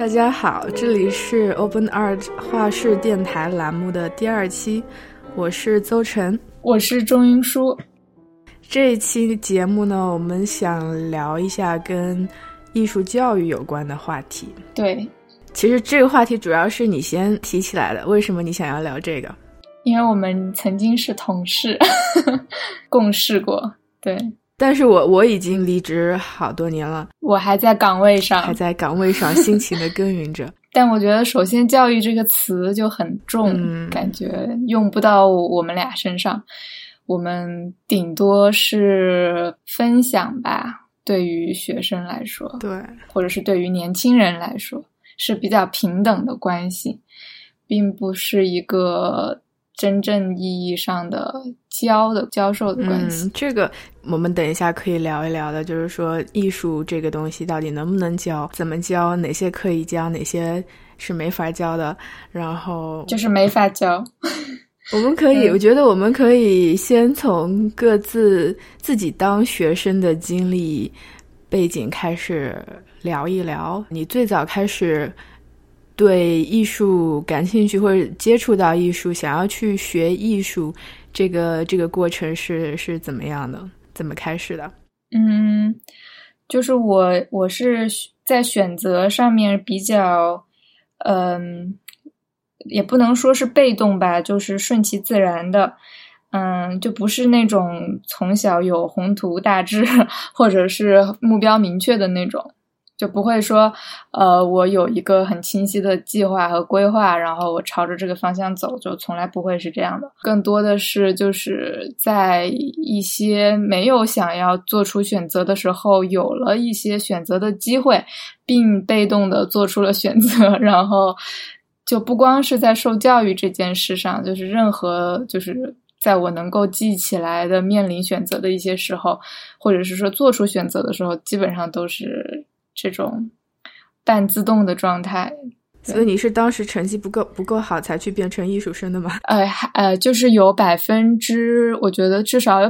大家好，这里是 Open Art 画室电台栏目的第2期，我是邹晨， 我是钟云舒。 这一期节目呢，我们想聊一下跟艺术教育有关的话题。 对， 其实这个话题主要是你先提起来的，为什么你想要聊这个？ 因为我们曾经是同事共事过。对， 但是我已经离职好多年了， 我还在岗位上辛勤的耕耘着。 但我觉得首先教育这个词就很重，感觉用不到我们俩身上，我们顶多是分享吧，对于学生来说， 对， 或者是对于年轻人来说是比较平等的关系，并不是一个真正意义上的教授的关系。 这个我们等一下可以聊一聊的，就是说艺术这个东西到底能不能教，怎么教，哪些可以教，哪些是没法教的，然后就是没法教。 我们可以我觉得我们可以先从各自自己当学生的经历背景开始聊一聊。你最早开始对艺术感兴趣，或者接触到艺术，想要去学艺术，这个过程是怎么样的？怎么开始的？ 就是我是在选择上面比较也不能说是被动吧，就是顺其自然的。就不是那种从小有宏图大志或者是目标明确的那种，就不会说我有一个很清晰的计划和规划，然后我朝着这个方向走，就从来不会是这样的。更多的是就是在一些没有想要做出选择的时候，有了一些选择的机会，并被动的做出了选择，然后就不光是在受教育这件事上，就是任何就是在我能够记起来的面临选择的一些时候，或者是说做出选择的时候，基本上都是这种半自动的状态。 所以你是当时成绩不够好才去变成艺术生的吗？ 就是有我觉得至少有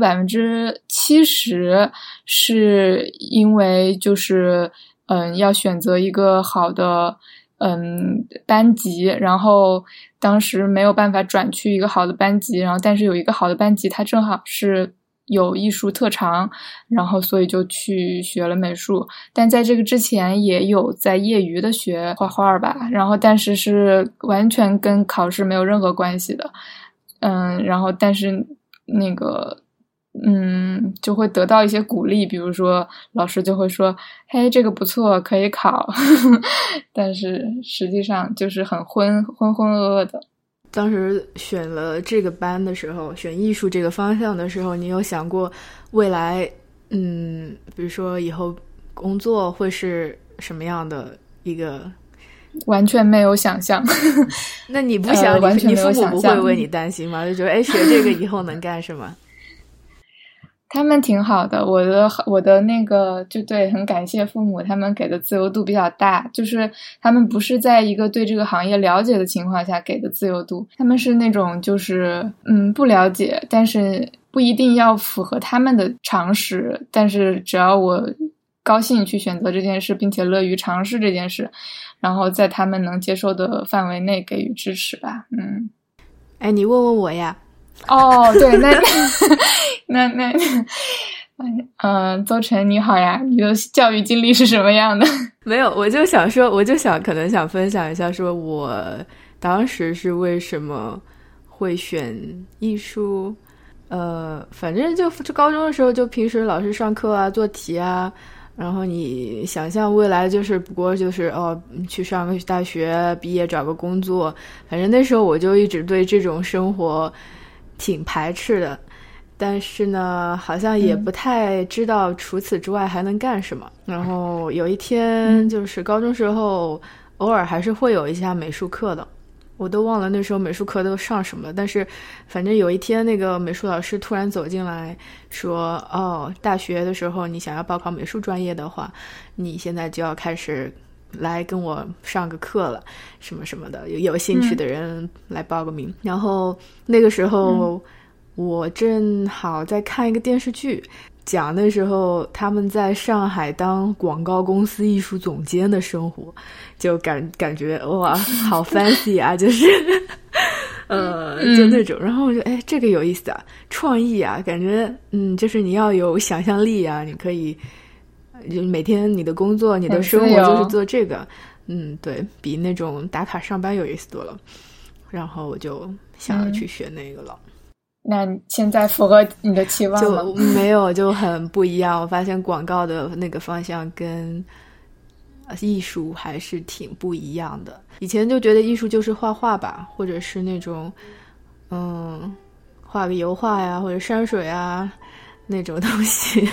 70%是因为就是要选择一个好的班级，然后当时没有办法转去一个好的班级，然后但是有一个好的班级它正好是有艺术特长，然后所以就去学了美术。但在这个之前也有在业余的学画画吧，然后但是是完全跟考试没有任何关系的。然后但是那个就会得到一些鼓励，比如说老师就会说嘿这个不错可以考但是实际上就是很浑噩的。 当时选了这个班的时候，选艺术这个方向的时候，你有想过未来比如说以后工作会是什么样的一个？ 完全没有想象那你不想完全你没有想象， 父母不会为你担心吗？就觉得学这个以后能干什么？ 他们挺好的，我的那个就对，很感谢父母，他们给的自由度比较大，就是他们不是在一个对这个行业了解的情况下给的自由度，他们是那种就是不了解，但是不一定要符合他们的常识，但是只要我高兴去选择这件事，并且乐于尝试这件事，然后在他们能接受的范围内给予支持吧。 你问问我呀。 哦，对，邹晨你好呀，你的教育经历是什么样的？ 没有，我就可能想分享一下，说我当时是为什么会选艺术。反正就高中的时候，就平时老师上课啊，做题啊，然后你想象未来就是不过就是去上个大学，毕业找个工作，反正那时候我就一直对这种生活挺排斥的，但是呢好像也不太知道除此之外还能干什么。然后有一天就是高中时候偶尔还是会有一下美术课的，我都忘了那时候美术课都上什么了，但是反正有一天那个美术老师突然走进来说大学的时候你想要报考美术专业的话，你现在就要开始来跟我上个课了，什么什么的，有兴趣的人来报个名。然后那个时候我正好在看一个电视剧， 讲那时候他们在上海当广告公司艺术总监的生活，就感觉哇，好 fancy 啊，就是就那种。然后我就这个有意思啊，创意啊，感觉就是你要有想象力啊，你可以就每天你的工作你的生活就是做这个，对，比那种打卡上班有意思多了。然后我就想要去学那个了。 那现在符合你的期望吗？ 就没有，就很不一样。我发现广告的那个方向跟艺术还是挺不一样的。以前就觉得艺术就是画画吧，或者是那种画个油画呀，或者山水啊那种东西。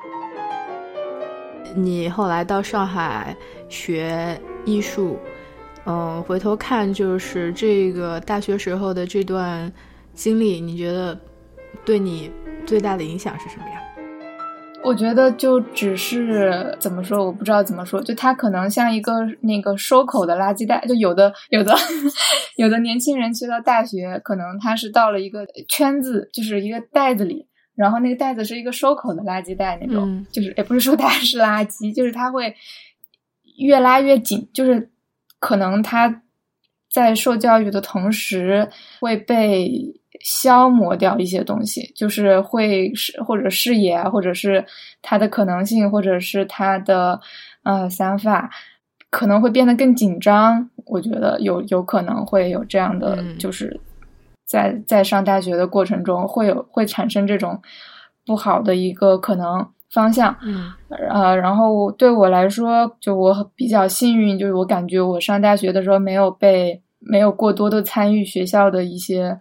你后来到上海学艺术，回头看就是这个大学时候的这段经历，你觉得对你最大的影响是什么呀？ 我觉得就只是怎么说，我不知道怎么说，就它可能像一个那个收口的垃圾袋，就有的有的年轻人去到大学，可能他是到了一个圈子，就是一个袋子里，然后那个袋子是一个收口的垃圾袋那种，就是也不是说它是垃圾，就是它会越拉越紧，就是可能他在受教育的同时会被消磨掉一些东西，就是会或者视野啊，或者是他的可能性，或者是他的想法可能会变得更紧张。我觉得有可能会有这样的，就是在上大学的过程中会产生这种不好的一个可能方向。然后对我来说，就我比较幸运，就是我感觉我上大学的时候没有过多的参与学校的一些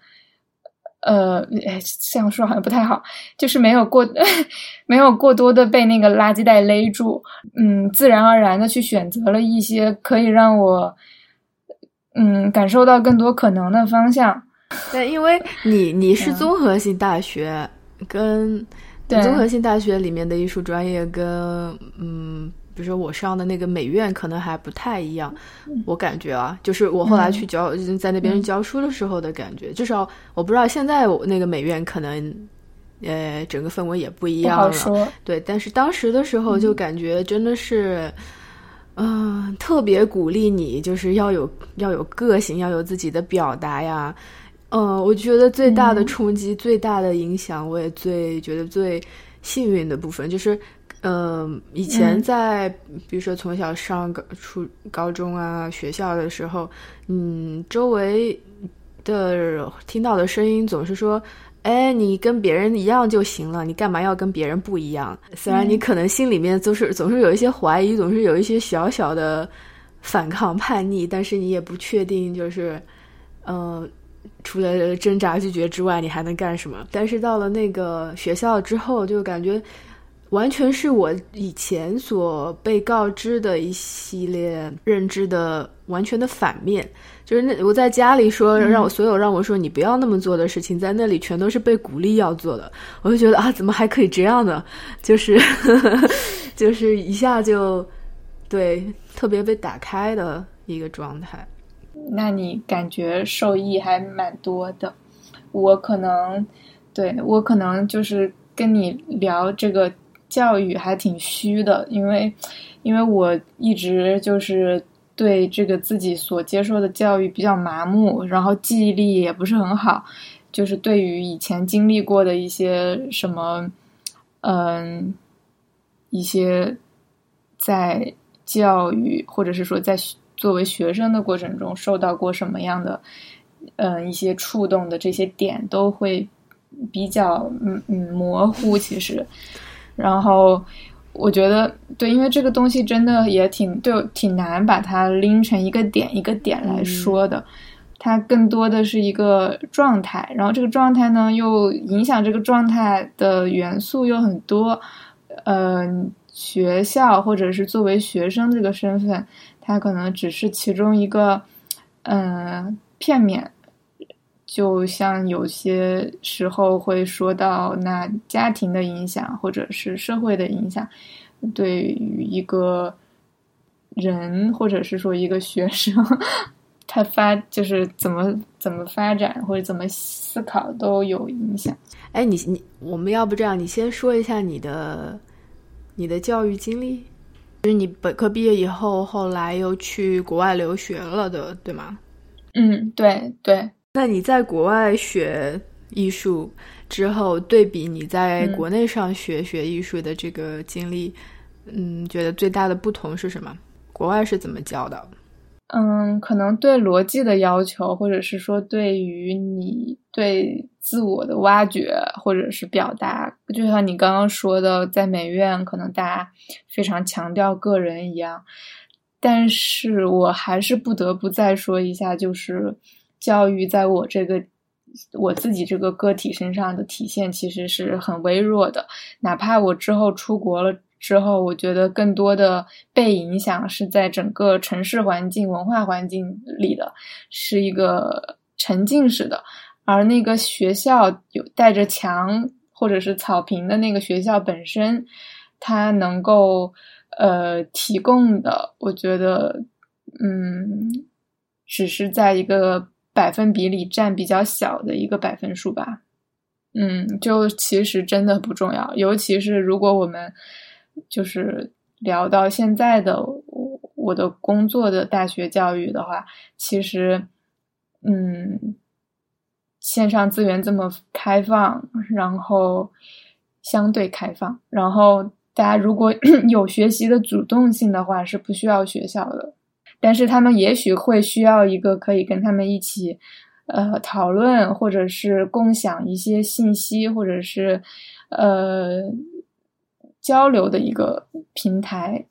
这样说好像不太好，就是没有过多的被那个垃圾袋勒住，自然而然的去选择了一些可以让我感受到更多可能的方向。 但因为你是综合性大学，跟综合性大学里面的艺术专业跟比如说我上的那个美院可能还不太一样，我感觉啊，就是我后来去在那边教书的时候的感觉，至少我不知道现在我那个美院可能整个氛围也不一样了， 不好说。 对，但是当时的时候就感觉真的是特别鼓励你，就是要有个性，要有自己的表达呀。我觉得最大的冲击、最大的影响，我也觉得最幸运的部分就是以前在比如说从小上高中啊学校的时候，周围的听到的声音总是说，你跟别人一样就行了，你干嘛要跟别人不一样？虽然你可能心里面总是有一些怀疑，总是有一些小小的反抗叛逆，但是你也不确定就是除了挣扎拒绝之外你还能干什么。但是到了那个学校之后，就感觉完全是我以前所被告知的一系列认知的完全的反面。就是我在家里说让我说你不要那么做的事情，在那里全都是被鼓励要做的。我就觉得怎么还可以这样呢？就是就是一下就对特别被打开的一个状态。 那你感觉受益还蛮多的。我可能就是跟你聊这个教育还挺虚的，因为我一直就是对这个自己所接受的教育比较麻木，然后记忆力也不是很好，就是对于以前经历过的一些什么一些在教育或者是说在作为学生的过程中受到过什么样的一些触动的这些点都会比较模糊其实。然后我觉得对，因为这个东西真的也挺难把它拎成一个点一个点来说的，它更多的是一个状态，然后这个状态呢又影响这个状态的元素又很多。学校或者是作为学生这个身份，它可能只是其中一个片面。就像有些时候会说到那家庭的影响或者是社会的影响，对于一个人或者是说一个学生它就是怎么发展或者怎么思考都有影响。 哎，我们要不这样，你先说一下你的教育经历，就是你本科毕业以后，后来又去国外留学了的，对吗？ 对对。 那你在国外学艺术之后，对比你在国内上学艺术的这个经历，觉得最大的不同是什么？国外是怎么教的？ 可能对逻辑的要求，或者是说对于你对自我的挖掘或者是表达，就像你刚刚说的，在美院可能大家非常强调个人一样，但是我还是不得不再说一下，就是教育在我自己这个个体身上的体现其实是很微弱的，哪怕我之后出国了之后，我觉得更多的被影响是在整个城市环境、文化环境里的，是一个沉浸式的。而那个学校有带着墙或者是草坪的那个学校本身，它能够提供的，我觉得只是在一个百分比里占比较小的一个百分数吧。就其实真的不重要，尤其是如果我们就是聊到现在的我的工作的大学教育的话，其实线上资源这么开放，然后相对开放，然后大家如果有学习的主动性的话是不需要学校的，但是他们也许会需要一个可以跟他们一起讨论或者是共享一些信息或者是交流的一个平台。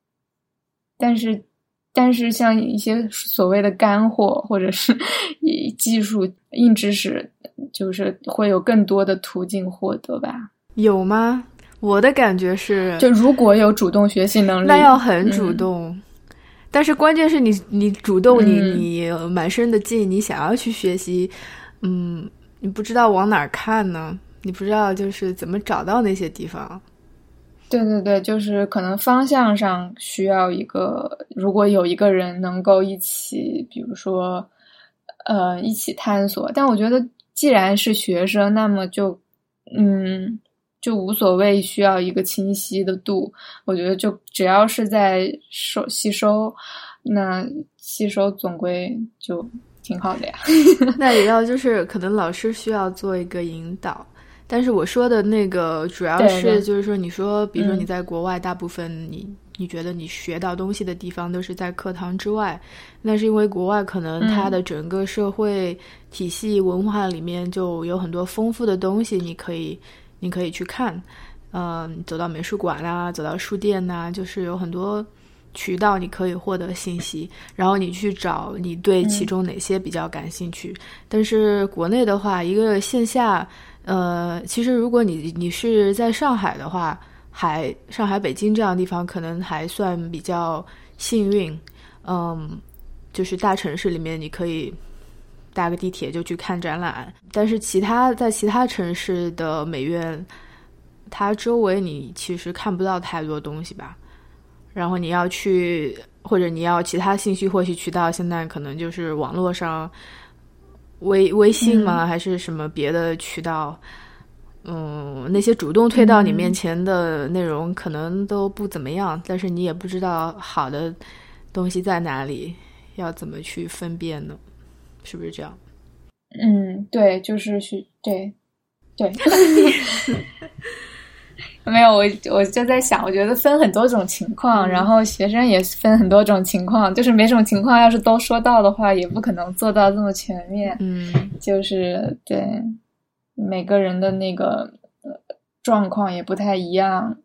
但是像一些所谓的干货或者是技术硬知识，就是会有更多的途径获得吧。 有吗？我的感觉是， 就如果有主动学习能力， 那要很主动。但是关键是你主动，你满身的劲，你想要去学习，你不知道往哪儿看呢？你不知道就是怎么找到那些地方。 对对对，就是可能方向上需要如果有一个人能够一起，比如说一起探索。但我觉得既然是学生，那么就无所谓需要一个清晰的度，我觉得就只要是在吸收，那吸收总归就挺好的呀。 那也要就是可能老师需要做一个引导。但是我说的那个主要是就是说，你说比如说你在国外大部分你觉得你学到东西的地方都是在课堂之外，那是因为国外可能它的整个社会体系文化里面就有很多丰富的东西你可以去看，走到美术馆啦，走到书店啦，就是有很多渠道你可以获得信息，然后你去找你对其中哪些比较感兴趣。但是国内的话，一个线下其实如果你是在上海的话，上海、北京这样的地方可能还算比较幸运，就是大城市里面你可以搭个地铁就去看展览，但是在其他城市的美院，它周围你其实看不到太多东西吧。然后你要去，或者你要其他信息获取渠道，现在可能就是网络上微信吗？还是什么别的渠道？那些主动推到你面前的内容可能都不怎么样，但是你也不知道好的东西在哪里，要怎么去分辨呢？是不是这样？ 对，就是对。没有，我就在想，我觉得分很多种情况，然后学生也分很多种情况，就是每种情况要是都说到的话，也不可能做到这么全面。就是对每个人的那个状况也不太一样。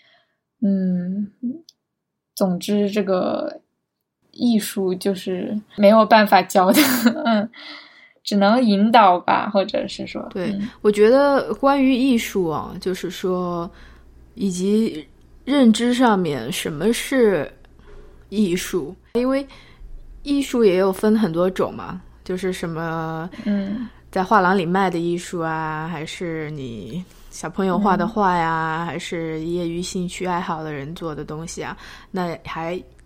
总之这个艺术就是没有办法教的，只能引导吧，或者是说， 对，我觉得关于艺术啊，就是说以及认知上面什么是艺术，因为艺术也有分很多种嘛，就是什么在画廊里卖的艺术啊，还是你小朋友画的画呀，还是业余兴趣爱好的人做的东西啊，那还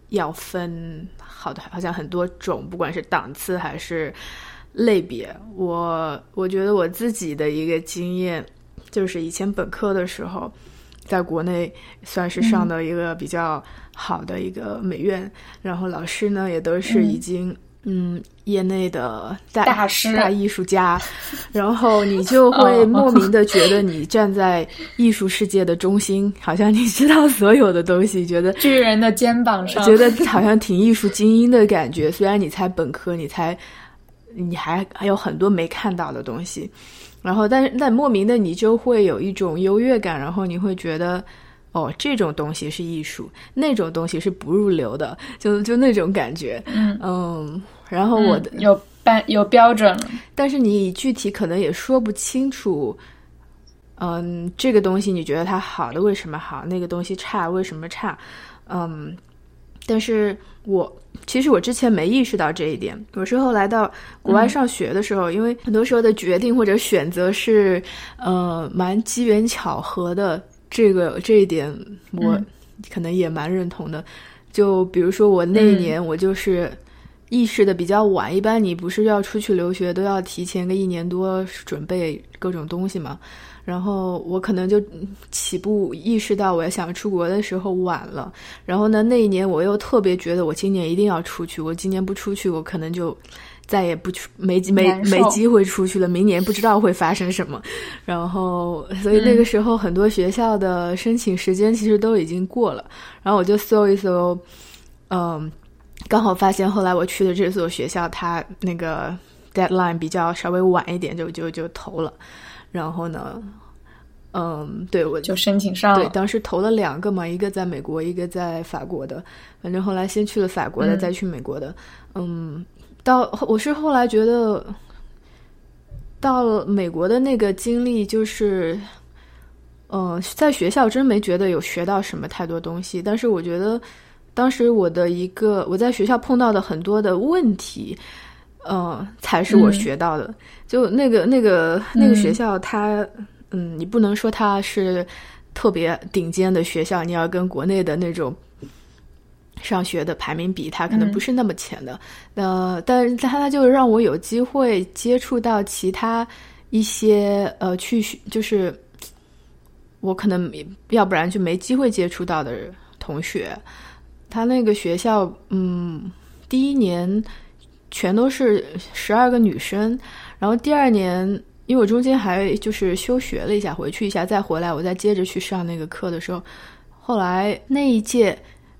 要分好像很多种，不管是档次还是类别。我觉得我自己的一个经验就是以前本科的时候在国内算是上的一个比较好的一个美院，然后老师呢也都是已经业内的大师大艺术家，然后你就会莫名的觉得你站在艺术世界的中心，好像你知道所有的东西，觉得巨人的肩膀上， 觉得好像挺艺术精英的感觉。虽然你才本科，你还有很多没看到的东西，然后但莫名的你就会有一种优越感，然后你会觉得哦，这种东西是艺术，那种东西是不入流的，就那种感觉。然后我的有标准，但是你具体可能也说不清楚。这个东西你觉得它好的为什么好，那个东西差为什么差。但是其实我之前没意识到这一点，我是后来到国外上学的时候，因为很多时候的决定或者选择是蛮机缘巧合的，这一点我可能也蛮认同的。就比如说我那一年我就是意识的比较晚，一般你不是要出去留学都要提前个1年多准备各种东西嘛，然后我可能就起步意识到我要想出国的时候晚了，然后呢那一年我又特别觉得我今年一定要出去，我今年不出去我可能就再也不没机会出去了，明年不知道会发生什么。然后所以那个时候很多学校的申请时间其实都已经过了，然后我就搜一搜，刚好发现后来我去的这所学校它那个 deadline 比较稍微晚一点，就投了。然后呢对，我就申请上了。 对，当时投了2个嘛，一个在美国一个在法国的，反正后来先去了法国的，再去美国的。我是后来觉得到了美国的那个经历就是在学校真没觉得有学到什么太多东西，但是我觉得当时我在学校碰到的很多的问题才是我学到的。就那个学校它你不能说它是特别顶尖的学校，你要跟国内的那种上学的排名比，它可能不是那么前的。但是它就让我有机会接触到其他一些就是我可能要不然就没机会接触到的同学。他那个学校第1年全都是12个女生，然后第2年因为我中间还就是休学了一下，回去一下再回来，我再接着去上那个课的时候，后来那一届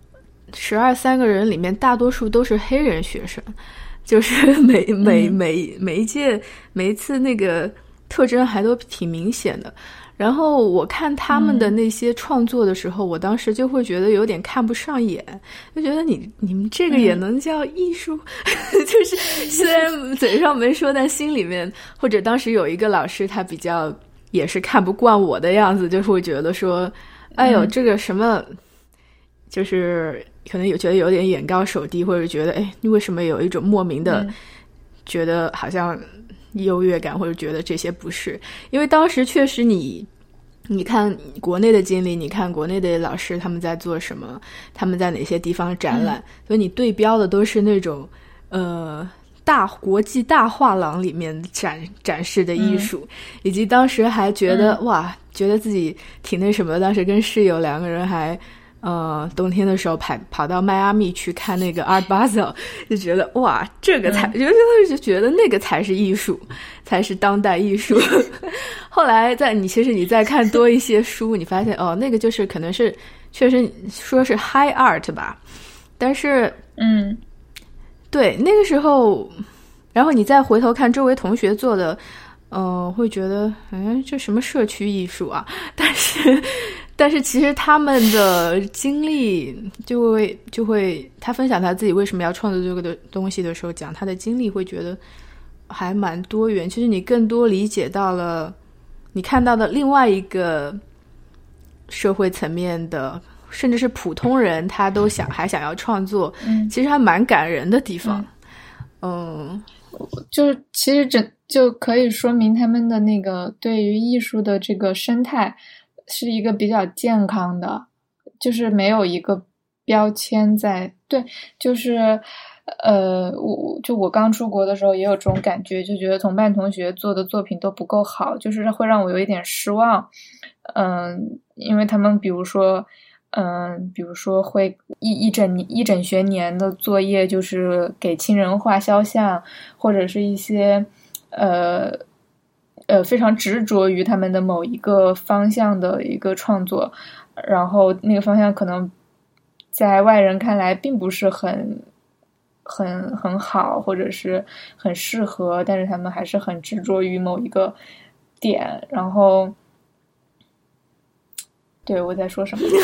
3个人里面大多数都是黑人学生，就是每一届每一次那个特征还都挺明显的。然后我看他们的那些创作的时候，我当时就会觉得有点看不上眼，就觉得你们这个也能叫艺术？就是虽然嘴上没说，但心里面，或者当时有一个老师他比较也是看不惯我的样子，就会觉得说哎呦这个什么，就是可能觉得有点眼高手低，或者觉得哎你为什么有一种莫名的觉得好像优越感，或者觉得这些不是。因为当时确实你看国内的经历，你看国内的老师他们在做什么，他们在哪些地方展览，所以你对标的都是那种国际大画廊里面展示的艺术，以及当时还觉得哇觉得自己挺那什么的，当时跟室友2个人还冬天的时候跑到迈阿密去看那个 Art Basel， 就觉得哇这个才就觉得那个才是艺术，才是当代艺术。后来其实你再看多一些书，你发现那个就是可能是确实说是 high art 吧，但是对那个时候，然后你再回头看周围同学做的会觉得这什么社区艺术啊，但是其实他们的经历就会他分享他自己为什么要创作这个东西的时候，讲他的经历，会觉得还蛮多元。其实你更多理解到了你看到的另外一个社会层面的，甚至是普通人他都还想要创作，其实还蛮感人的地方。 就是其实就可以说明他们的那个对于艺术的这个生态是一个比较健康的，就是没有一个标签在对，就是我刚出国的时候也有这种感觉，就觉得同班同学做的作品都不够好，就是会让我有一点失望。因为他们比如说会一整学年的作业就是给亲人画肖像，或者是一些非常执着于他们的某一个方向的一个创作，然后那个方向可能在外人看来并不是很好，或者是很适合，但是他们还是很执着于某一个点。然后对，我在说什么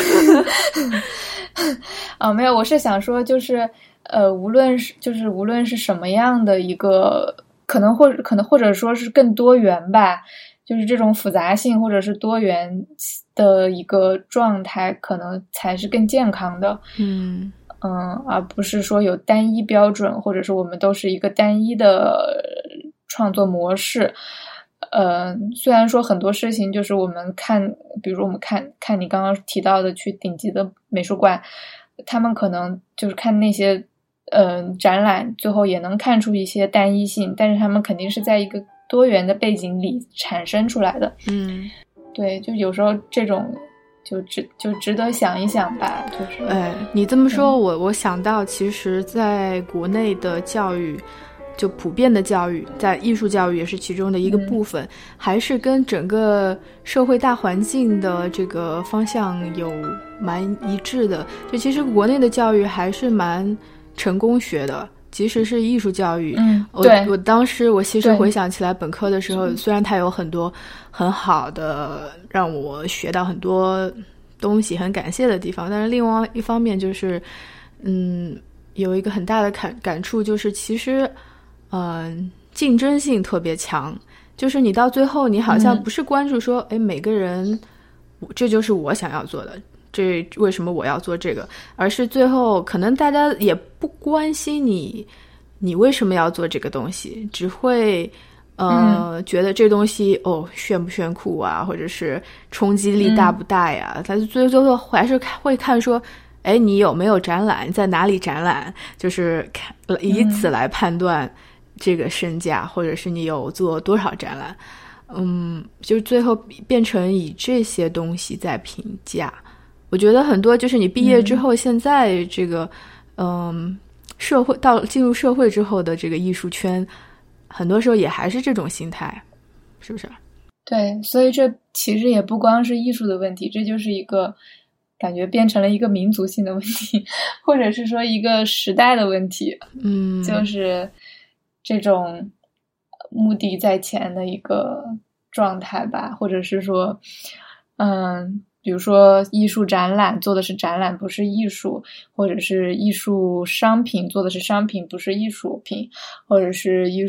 没有，我是想说就是无论是什么样的一个可能或者说是更多元吧，就是这种复杂性或者是多元的一个状态可能才是更健康的。而不是说有单一标准，或者是我们都是一个单一的创作模式。虽然说很多事情就是我们看，比如我们看你刚刚提到的去顶级的美术馆，他们可能就是看那些展览，最后也能看出一些单一性，但是他们肯定是在一个多元的背景里产生出来的。对，就有时候这种就值得想一想吧。就是你这么说，我想到其实在国内的教育，就普遍的教育，在艺术教育也是其中的一个部分，还是跟整个社会大环境的这个方向有蛮一致的。就其实国内的教育还是蛮成功学的，即使是艺术教育。我当时我其实回想起来本科的时候，虽然它有很多很好的让我学到很多东西很感谢的地方，但是另外一方面就是有一个很大的感触，就是其实竞争性特别强，就是你到最后你好像不是关注说每个人这就是我想要做的，这为什么我要做这个，而是最后可能大家也不关心你为什么要做这个东西，只会觉得这东西炫不炫酷啊，或者是冲击力大不大呀，他最后还是会看说你有没有展览，在哪里展览，就是以此来判断这个身价，或者是你有做多少展览。就是最后变成以这些东西在评价。我觉得很多就是你毕业之后，现在这个社会进入社会之后的这个艺术圈，很多时候也还是这种心态，是不是？ 对，所以这其实也不光是艺术的问题，这就是一个感觉变成了一个民族性的问题，或者是说一个时代的问题。就是这种目的在前的一个状态吧，或者是说比如说艺术展览做的是展览不是艺术，或者是艺术商品做的是商品不是艺术品，或者是艺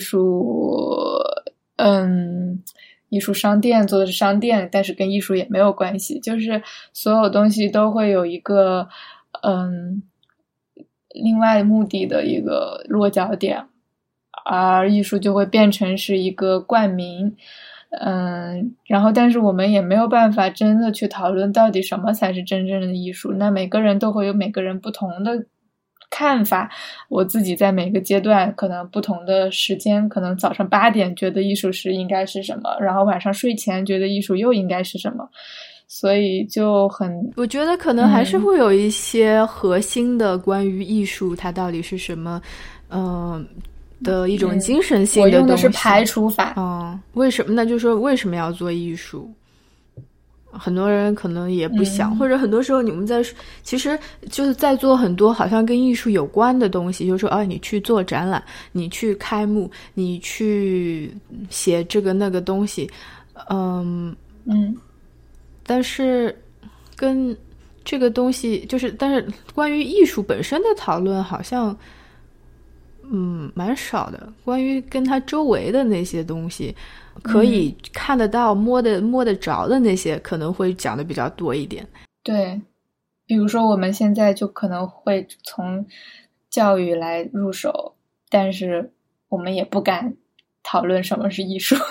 术商店做的是商店，但是跟艺术也没有关系，就是所有东西都会有一个另外目的的一个落脚点，而艺术就会变成是一个冠名。然后但是我们也没有办法真的去讨论到底什么才是真正的艺术，那每个人都会有每个人不同的看法。我自己在每个阶段可能不同的时间，可能早上8点觉得艺术是应该是什么，然后晚上睡前觉得艺术又应该是什么，所以就我觉得可能还是会有一些核心的关于艺术它到底是什么的一种精神性的东西。 我用的是排除法。 为什么呢？就是说为什么要做艺术，很多人可能也不想，或者很多时候你们其实就是在做很多好像跟艺术有关的东西，就是说你去做展览，你去开幕，你去写这个那个东西，但是跟这个东西但是关于艺术本身的讨论好像蛮少的，关于跟它周围的那些东西可以看得到摸得着的那些可能会讲的比较多一点。 对，比如说我们现在就可能会从教育来入手，但是我们也不敢讨论什么是艺术。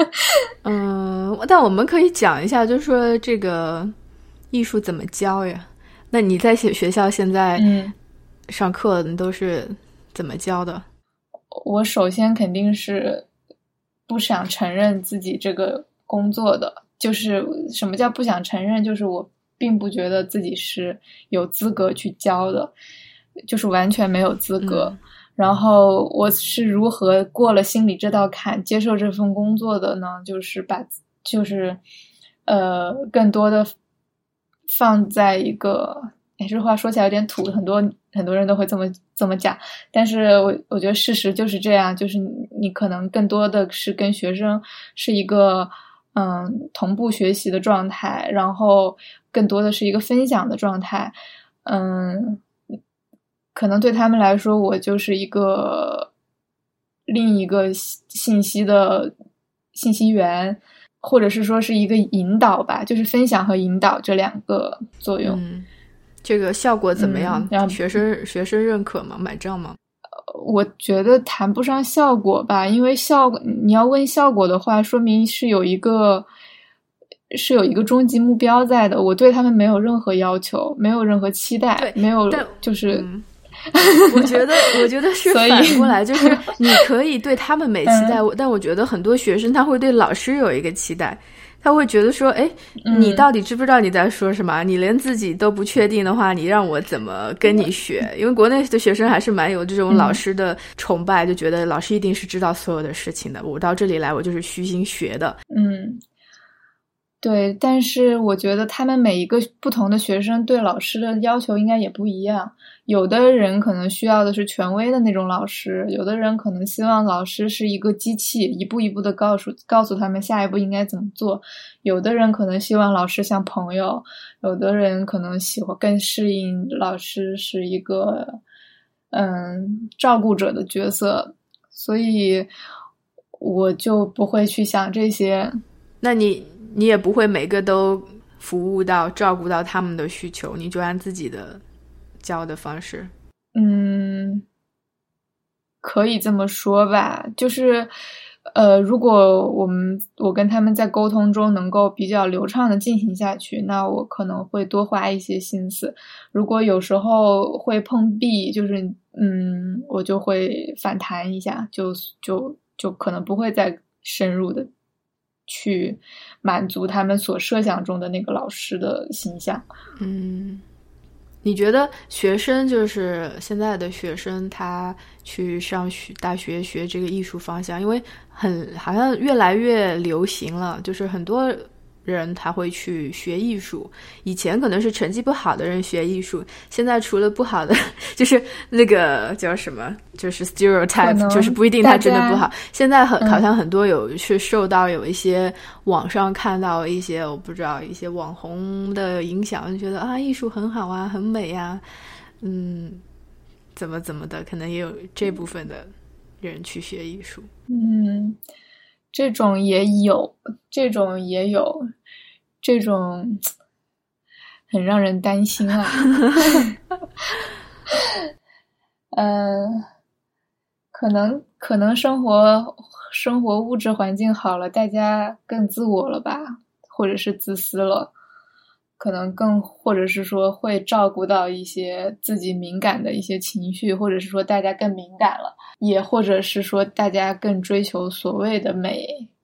但我们可以讲一下，就是说这个艺术怎么教呀？那你在学校现在上课你都是怎么教的？ 我首先肯定是不想承认自己这个工作的，就是什么叫不想承认，就是我并不觉得自己是有资格去教的，就是完全没有资格。然后我是如何过了心理这道坎，接受这份工作的呢？就是更多的放在一个，这话说起来有点土，很多人都会这么讲，但是我觉得事实就是这样，就是你可能更多的是跟学生是一个同步学习的状态，然后更多的是一个分享的状态，可能对他们来说，我就是另一个信息源，或者是说是一个引导吧，就是分享和引导这两个作用。 这个效果怎么样？学生认可吗？买账吗？ 我觉得谈不上效果吧，因为你要问效果的话，说明是有一个终极目标在的。我对他们没有任何要求，没有任何期待，没有就是。 我觉得是反过来，就是你可以对他们没期待，但我觉得很多学生他会对老师有一个期待，他会觉得说，你到底知不知道你在说什么？你连自己都不确定的话，你让我怎么跟你学？因为国内的学生还是蛮有这种老师的崇拜，就觉得老师一定是知道所有的事情的，我到这里来我就是虚心学的。 对，但是我觉得他们每一个不同的学生对老师的要求应该也不一样。有的人可能需要的是权威的那种老师，有的人可能希望老师是一个机器，一步一步的告诉他们下一步应该怎么做。有的人可能希望老师像朋友，有的人可能更适应老师是一个照顾者的角色，所以我就不会去想这些。 那你也不会每个都服务到照顾到他们的需求，你就按自己的教的方式。 可以这么说吧，就是如果我跟他们在沟通中能够比较流畅的进行下去，那我可能会多花一些心思。如果有时候会碰壁，就是我就会反弹一下，就可能不会再深入的去满足他们所设想中的那个老师的形象。 你觉得学生，就是现在的学生，他去上大学学这个艺术方向，因为好像越来越流行了，就是很多人他会去学艺术，以前可能是成绩不好的人学艺术，现在除了不好的就是那个叫什么，就是 stereotype， 就是不一定他真的不好。现在好像很多是受到有一些网上看到一些我不知道一些网红的影响，就觉得艺术很好啊，很美啊，怎么的，可能也有这部分的人去学艺术。 这种也有，这种很让人担心啊。可能生活物质环境好了，大家更自我了吧，或者是自私了，可能或者是说会照顾到一些自己敏感的一些情绪，或者是说大家更敏感了，也或者是说大家更追求所谓的美。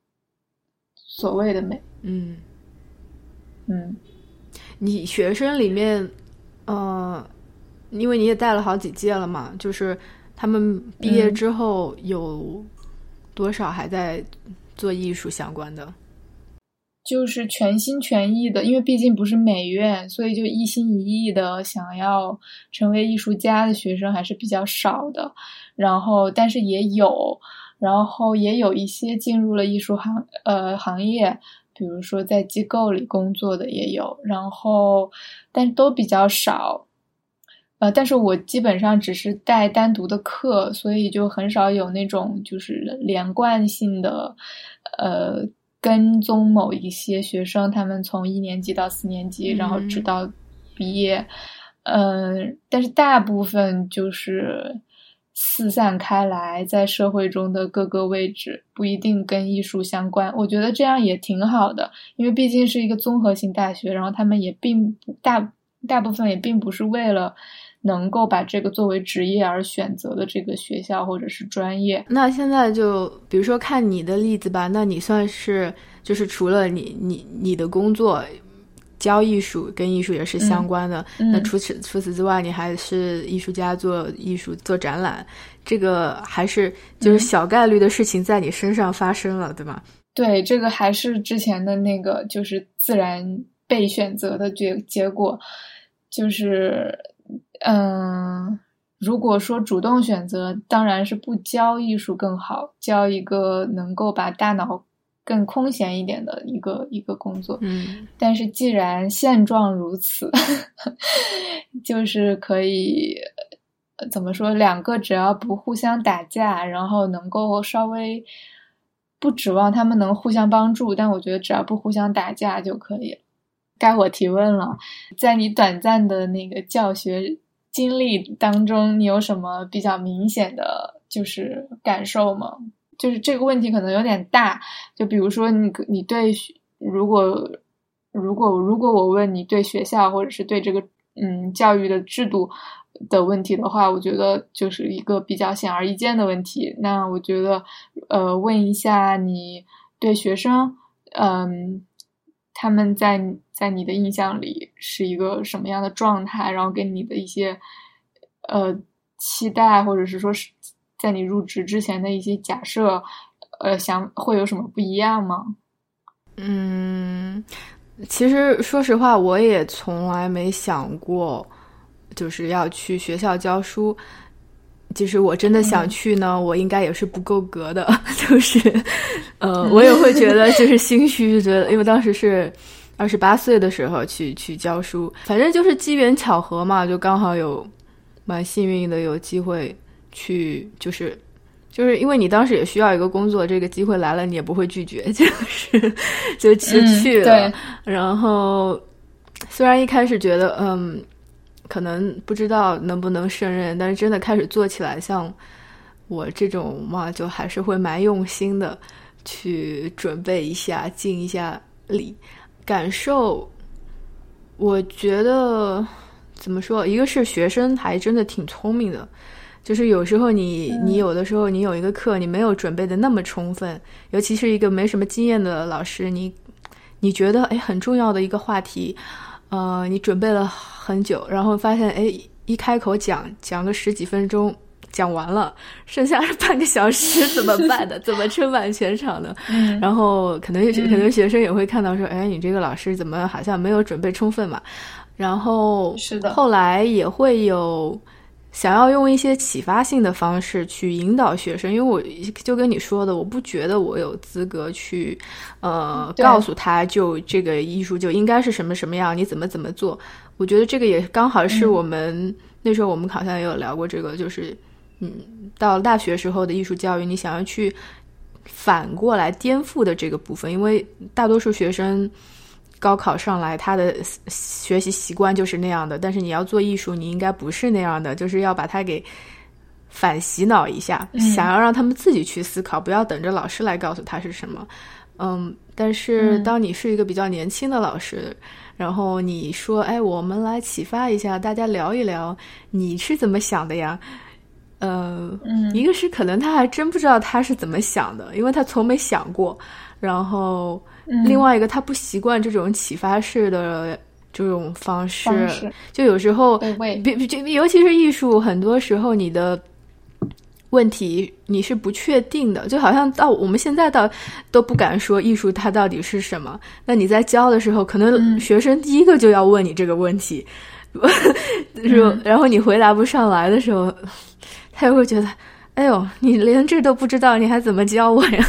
你学生里面因为你也带了好几届了嘛，就是他们毕业之后有多少还在做艺术相关的？ 就是全心全意的，因为毕竟不是美院，所以就一心一意的想要成为艺术家的学生还是比较少的。然后但是也有一些进入了艺术行业，比如说在机构里工作的也有，然后但都比较少。但是我基本上只是带单独的课，所以就很少有那种就是连贯性的跟踪某一些学生，他们从1年级到4年级，然后直到毕业。但是大部分就是四散开来，在社会中的各个位置，不一定跟艺术相关。我觉得这样也挺好的，因为毕竟是一个综合性大学，然后他们也大部分也并不是为了能够把这个作为职业而选择的这个学校或者是专业。 那现在就比如说看你的例子吧，那你算是就是除了你的工作教艺术跟艺术也是相关的，那除此之外你还是艺术家，做艺术做展览，这个还是就是小概率的事情在你身上发生了，对吗？ 对，这个还是之前的那个就是自然被选择的结果，就是如果说主动选择，当然是不教艺术更好，教一个能够把大脑更空闲一点的一个工作。但是既然现状如此就是可以怎么说，两个只要不互相打架，然后能够稍微不指望他们能互相帮助，但我觉得只要不互相打架就可以了。该我提问了，在你短暂的那个教学经历当中，你有什么比较明显的就是感受吗？就是这个问题可能有点大，就比如说你对如果我问你对学校或者是对这个教育的制度的问题的话，我觉得就是一个比较显而易见的问题。那我觉得问一下你对学生他们在你的印象里是一个什么样的状态，然后跟你的一些期待，或者是说是在你入职之前的一些假设会有什么不一样吗？ 其实说实话我也从来没想过就是要去学校教书，其实我真的想去呢，我应该也是不够格的，就是我也会觉得就是心虚，觉得因为当时是28岁的时候去教书，反正就是机缘巧合嘛，就刚好有蛮幸运的有机会去，就是因为你当时也需要一个工作，这个机会来了你也不会拒绝，就去了。然后虽然一开始觉得可能不知道能不能胜任，但是真的开始做起来，像我这种嘛，就还是会蛮用心的去准备一下，尽一下力。感受我觉得怎么说，一个是学生还真的挺聪明的，就是有时候你有的时候你有一个课你没有准备的那么充分，尤其是一个没什么经验的老师，你觉得很重要的一个话题你准备了很久，然后发现一开口讲个10几分钟讲完了，剩下半个小时怎么办的？怎么撑满全场的？然后可能学生也会看到说，你这个老师怎么好像没有准备充分嘛？然后是的， 后来也会有想要用一些启发性的方式去引导学生，因为我就跟你说的，我不觉得我有资格去告诉他就这个艺术就应该是什么什么样，你怎么做。我觉得这个也刚好是我们那时候我们好像也有聊过这个，就是到大学时候的艺术教育，你想要去反过来颠覆的这个部分，因为大多数学生高考上来他的学习习惯就是那样的，但是你要做艺术你应该不是那样的，就是要把它给反洗脑一下，想要让他们自己去思考，不要等着老师来告诉他是什么。但是当你是一个比较年轻的老师，然后你说我们来启发一下大家，聊一聊你是怎么想的呀，一个是可能他还真不知道他是怎么想的，因为他从没想过，然后另外一个他不习惯这种启发式的这种方式，就有时候尤其是艺术，很多时候你的问题你是不确定的，就好像到我们现在都不敢说艺术它到底是什么，那你在教的时候可能学生第一个就要问你这个问题然后你回答不上来的时候，他也会觉得你连这都不知道，你还怎么教我呀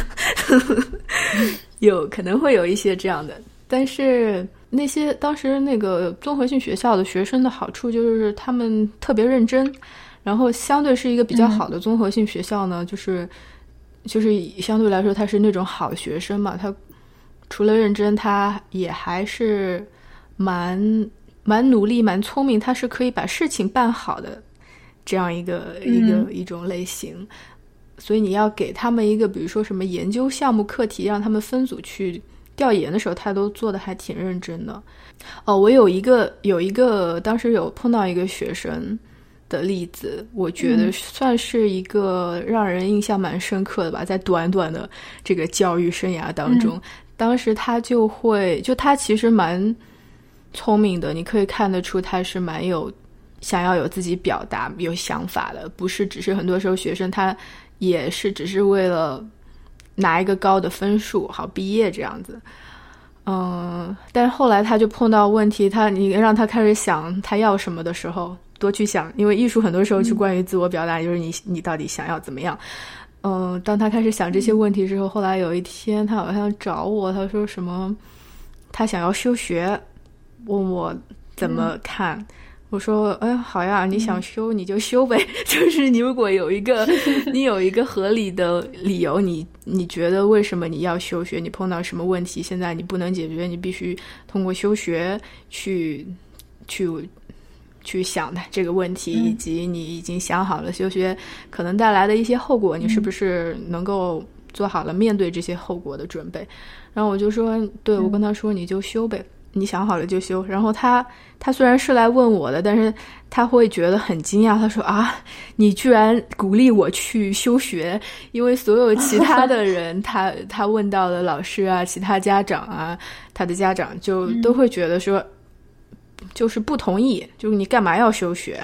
可能会有一些这样的。但是那些当时那个综合性学校的学生的好处就是他们特别认真，然后相对是一个比较好的综合性学校呢，就是相对来说他是那种好学生嘛，他除了认真他也还是蛮努力蛮聪明，他是可以把事情办好的这样一种类型。所以你要给他们一个比如说什么研究项目课题，让他们分组去调研的时候，他都做得还挺认真的。我有一个当时有碰到一个学生， 的例子，我觉得算是一个让人印象蛮深刻的吧，在短短的这个教育生涯当中，当时他他其实蛮聪明的，你可以看得出他是蛮有想要有自己表达有想法的，不是只是很多时候学生他也是只是为了拿一个高的分数好毕业这样子。但是后来他就碰到问题，你让他开始想他要什么的时候，多去想，因为艺术很多时候是关于自我表达，就是你到底想要怎么样。当他开始想这些问题之后，后来有一天他好像找我，他说什么他想要休学，问我怎么看。我说好呀，你想休你就休呗，就是你如果有一个合理的理由，你觉得为什么你要休学，你碰到什么问题现在你不能解决，你必须通过休学去想的这个问题，以及你已经想好了休学可能带来的一些后果，你是不是能够做好了面对这些后果的准备。然后我就说对，我跟他说你就休呗，你想好了就休。然后他虽然是来问我的，但是他会觉得很惊讶，他说你居然鼓励我去休学，因为所有其他的人他问到的老师啊，其他家长啊，他的家长就都会觉得说就是不同意，就是你干嘛要休学。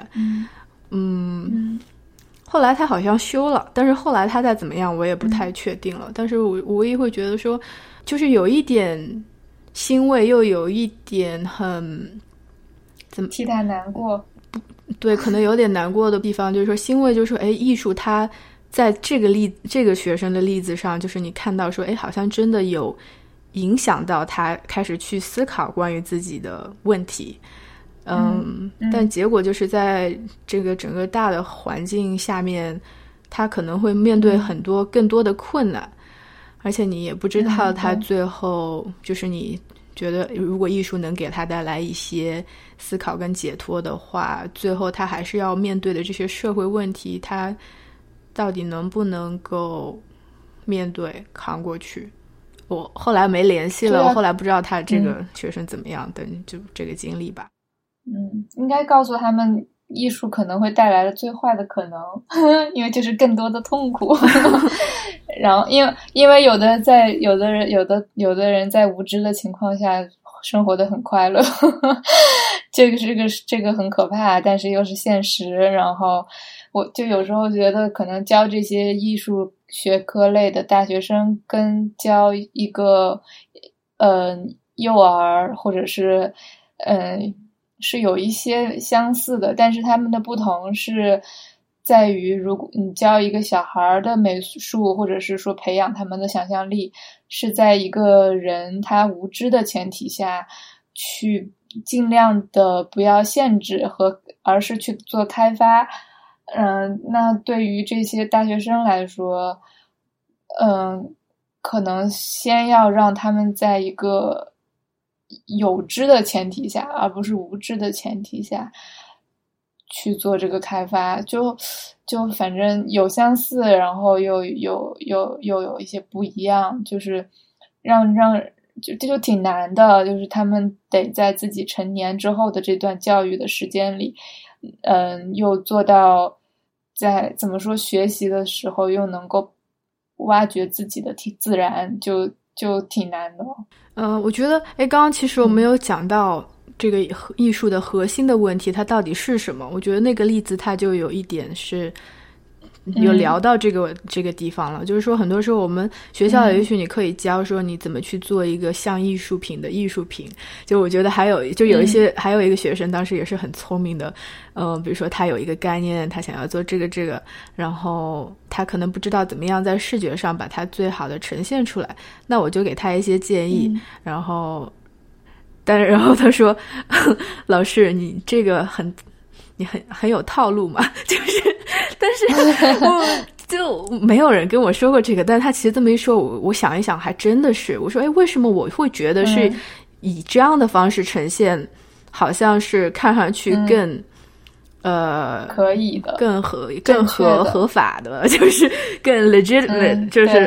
后来他好像休了，但是后来他再怎么样我也不太确定了。但是我唯一会觉得说就是有一点欣慰，又有一点替他难过。 对，可能有点难过的地方就是说欣慰，就是说艺术它在这个学生的例子上，就是你看到说好像真的有影响到他开始去思考关于自己的问题。但结果就是在这个整个大的环境下面，他可能会面对更多的困难，而且你也不知道他最后就是你觉得如果艺术能给他带来一些思考跟解脱的话，最后他还是要面对的这些社会问题，他到底能不能够面对扛过去。我后来没联系了，我后来不知道他这个学生怎么样的，就这个经历吧。 应该告诉他们艺术可能会带来的最坏的可能因为就是更多的痛苦然后因为有的人在无知的情况下生活得很快乐这个很可怕，但是又是现实。然后我就有时候觉得可能教这些艺术学科类的大学生跟教一个幼儿或者是是有一些相似的，但是他们的不同是在于，如果你教一个小孩的美术，或者是说培养他们的想象力，是在一个人他无知的前提下去尽量的不要限制而是去做开发。那对于这些大学生来说，可能先要让他们在一个有知的前提下，而不是无知的前提下去做这个开发，就反正有相似，然后又有一些不一样，就是这就挺难的，就是他们得在自己成年之后的这段教育的时间里，又做到在怎么说学习的时候又能够挖掘自己的自然，就挺难的。 我觉得刚刚其实我没有讲到这个艺术的核心的问题它到底是什么。我觉得那个例子它就有一点是有聊到这个地方了，就是说很多时候我们学校也许你可以教说你怎么去做一个像艺术品的艺术品。就我觉得还有一个学生当时也是很聪明的，比如说他有一个概念，他想要做这个，然后他可能不知道怎么样在视觉上把它最好的呈现出来，那我就给他一些建议，然后他说老师你这个你很有套路嘛，就是但是我就没有人跟我说过这个，但是他其实这么一说，我想一想还真的是，我说为什么我会觉得是以这样的方式呈现，好像是看上去更可以的， 更合法的，就是更 legitimate，就是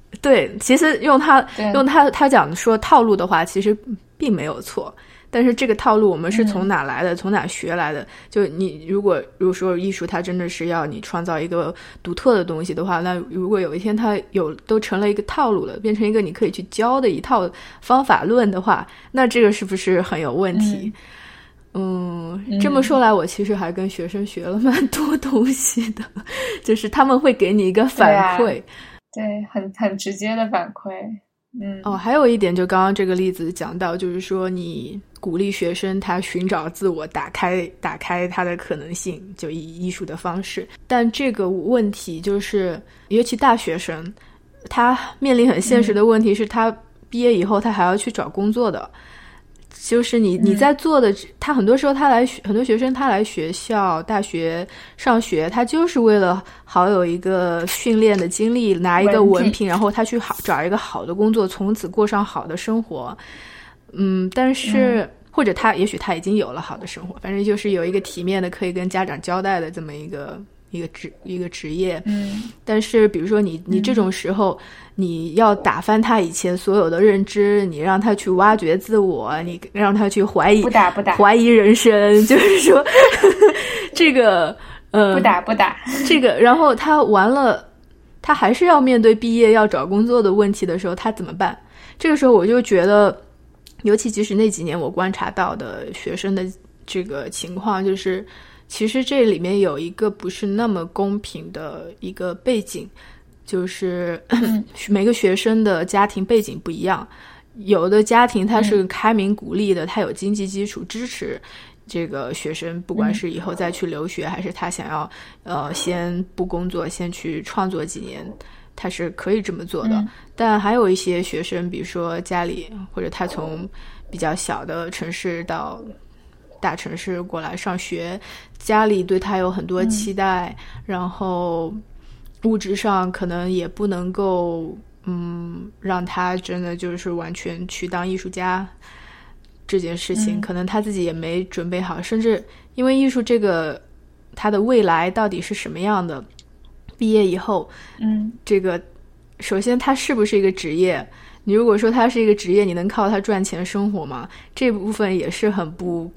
对，其实用他讲说套路的话，其实并没有错。但是这个套路我们是从哪来的，从哪学来的？就你如果说艺术它真的是要你创造一个独特的东西的话，那如果有一天它都成了一个套路了，变成一个你可以去教的一套方法论的话，那这个是不是很有问题？这么说来，我其实还跟学生学了蛮多东西的，就是他们会给你一个反馈， 对，很直接的反馈。 还有一点，就刚刚这个例子讲到，就是说你鼓励学生他寻找自我，打开他的可能性，就以艺术的方式。但这个问题就是，尤其大学生，他面临很现实的问题是，他毕业以后他还要去找工作的。就是你在做的，他很多时候很多学生他来学校大学上学，他就是为了好有一个训练的经历，拿一个文凭，然后他去找一个好的工作，从此过上好的生活。但是或者也许他已经有了好的生活，反正就是有一个体面的可以跟家长交代的这么一个职业。但是比如说你这种时候，你要打翻他以前所有的认知，你让他去挖掘自我，你让他去怀疑怀疑人生，就是说这个不打这个，然后他完了，他还是要面对毕业要找工作的问题的时候，他怎么办？这个时候我就觉得，尤其即使那几年我观察到的学生的这个情况，就是其实这里面有一个不是那么公平的一个背景，就是每个学生的家庭背景不一样，有的家庭他是开明鼓励的，他有经济基础支持这个学生，不管是以后再去留学，还是他想要先不工作先去创作几年，他是可以这么做的。但还有一些学生，比如说家里或者他从比较小的城市到大城市过来上学，家里对他有很多期待，然后物质上可能也不能够让他真的就是完全去当艺术家，这件事情可能他自己也没准备好，甚至因为艺术这个他的未来到底是什么样的，毕业以后这个首先它是不是一个职业，你如果说它是一个职业，你能靠它赚钱生活吗？这部分也是很不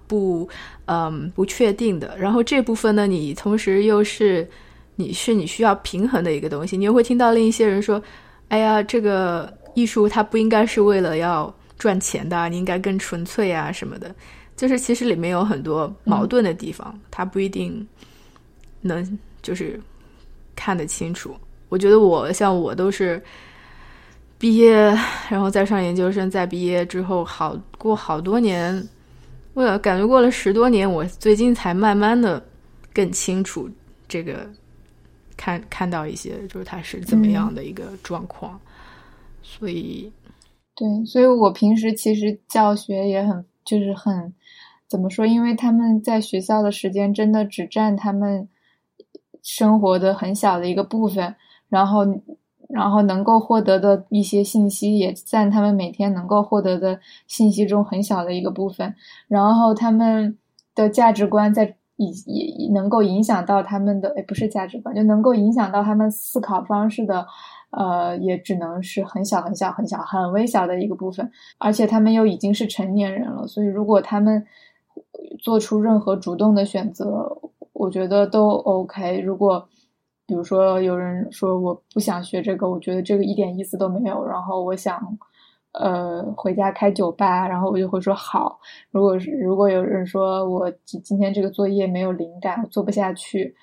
确定的。然后这部分呢，你同时又是你需要平衡的一个东西，你又会听到另一些人说，哎呀，这个艺术它不应该是为了要赚钱的，你应该更纯粹啊什么的，就是其实里面有很多矛盾的地方，它不一定能就是看得清楚。我觉得我都是毕业然后再上研究生，再毕业之后过好多年，我感觉过了10多年，我最近才慢慢的更清楚这个看到一些就是它是怎么样的一个状况。所以我平时其实教学也很怎么说，因为他们在学校的时间真的只占他们生活的很小的一个部分，然后能够获得的一些信息也占他们每天能够获得的信息中很小的一个部分，然后他们的价值观也能够影响到他们的不是价值观，就能够影响到他们思考方式的也只能是很小很小很小很微小的一个部分，而且他们又已经是成年人了，所以如果他们做出任何主动的选择，我觉得都 OK。如果比如说有人说我不想学这个，我觉得这个一点意思都没有，然后我想回家开酒吧，然后我就会说好。如果有人说我今天这个作业没有灵感，我做不下去，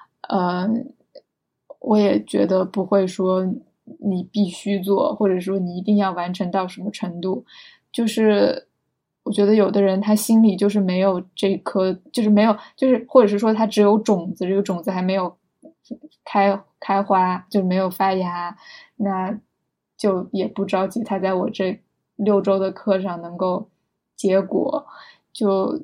我也觉得不会说你必须做，或者说你一定要完成到什么程度。就是我觉得有的人他心里就是没有这颗，就是没有，就是或者是说他只有种子，这个种子还没有开花，就没有发芽，那就也不着急他在我这6周的课上能够结果，就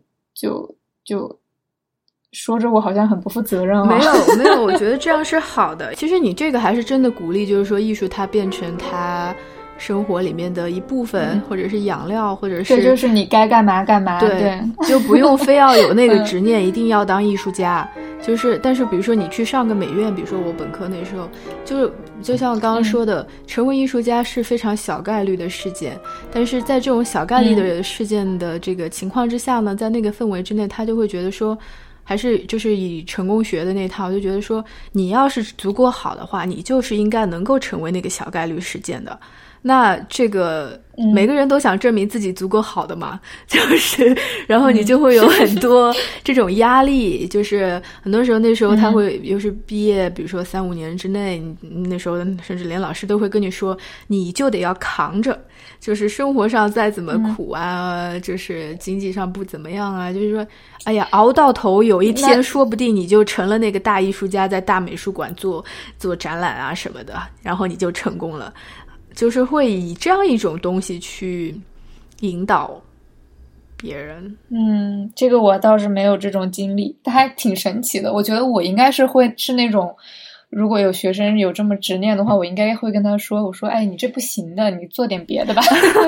说着我好像很不负责任啊。 没有，我觉得这样是好的。其实你这个还是真的鼓励，就是说艺术它变成它生活里面的一部分，或者是养料，或者是这就是你该干嘛干嘛。 对，就不用非要有那个执念一定要当艺术家。 但是比如说你去上个美院，比如说我本科那时候，就像我刚刚说的，成为艺术家是非常小概率的事件，但是在这种小概率的事件的这个情况之下呢，在那个氛围之内，他就会觉得说，还是就是以成功学的那套，就觉得说，你要是足够好的话，你就是应该能够成为那个小概率事件的。那这个每个人都想证明自己足够好的嘛，就是然后你就会有很多这种压力，就是很多时候那时候他会又是毕业，比如说3-5年之内，那时候甚至连老师都会跟你说，你就得要扛着，就是生活上再怎么苦啊，就是经济上不怎么样啊，就是说哎呀熬到头，有一天说不定你就成了那个大艺术家，在大美术馆做展览啊什么的，然后你就成功了，就是会以这样一种东西去引导别人。 这个我倒是没有这种经历，它还挺神奇的。我觉得我应该是那种，如果有学生有这么执念的话，我应该会跟他说，我说哎，你这不行的，你做点别的吧。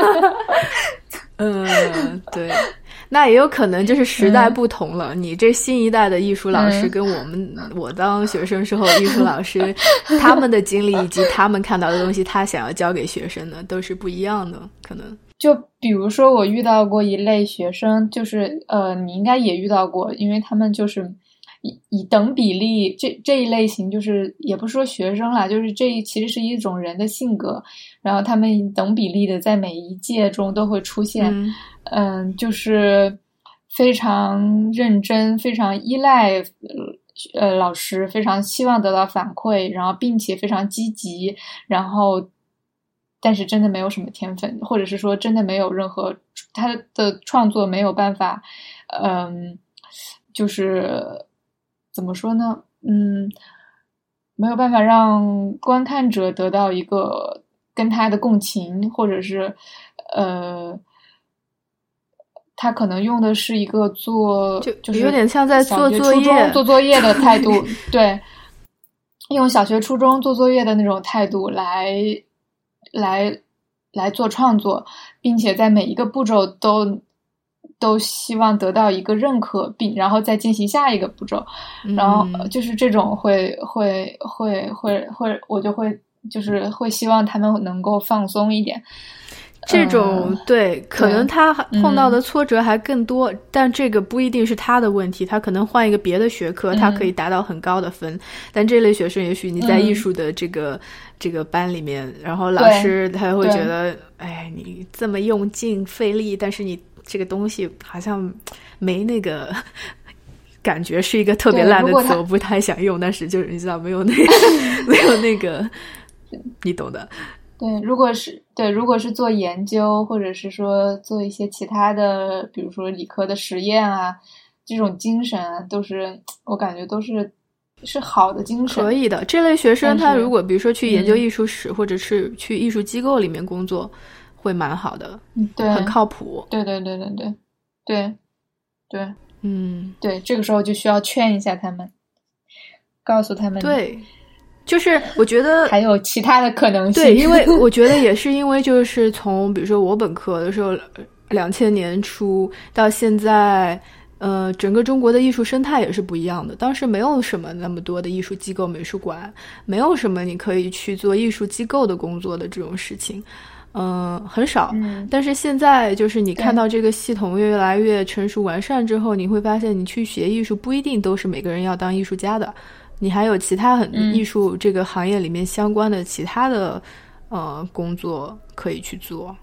对，那也有可能就是时代不同了，你这新一代的艺术老师跟我当学生时候艺术老师他们的经历以及他们看到的东西，他想要教给学生的都是不一样的。可能就比如说我遇到过一类学生，就是你应该也遇到过，因为他们就是以等比例，这一类型就是也不是说学生啦，就是这其实是一种人的性格，然后他们等比例的在每一届中都会出现，就是非常认真，非常依赖老师，非常希望得到反馈，然后并且非常积极，然后但是真的没有什么天分，或者是说真的没有任何他的创作没有办法就是怎么说呢？没有办法让观看者得到一个跟他的共情，或者是他可能用的是一个就是有点像在做作业的态度，对，用小学初中做作业的那种态度来做创作，并且在每一个步骤都希望得到一个认可，然后再进行下一个步骤，然后就是这种会，我就会就是会希望他们能够放松一点。 这种对，可能他碰到的挫折还更多，但这个不一定是他的问题，他可能换一个别的学科，他可以达到很高的分。但这类学生，也许你在艺术的这个班里面，然后老师他会觉得，哎，你这么用劲费力，但是你这个东西好像没那个感觉，是一个特别烂的词，我不太想用，但是就是你知道，没有那个，你懂的。 对，如果是做研究，或者是说做一些其他的，比如说理科的实验啊，这种精神啊，都是我感觉都是好的精神。 可以的，这类学生他如果比如说去研究艺术史，或者是去艺术机构里面工作，会蛮好的， 对， 很靠谱。 对，对，这个时候就需要劝一下他们，告诉他们， 对。就是我觉得还有其他的可能性， 对，因为我觉得也是因为就是从比如说我本科的时候2000年初到现在，整个中国的艺术生态也是不一样的。当时没有什么那么多的艺术机构、美术馆，没有什么你可以去做艺术机构的工作的这种事情，很少。但是现在就是你看到这个系统越来越成熟完善之后，你会发现你去学艺术不一定都是每个人要当艺术家的。你还有其他艺术这个行业里面相关的其他的工作可以去做，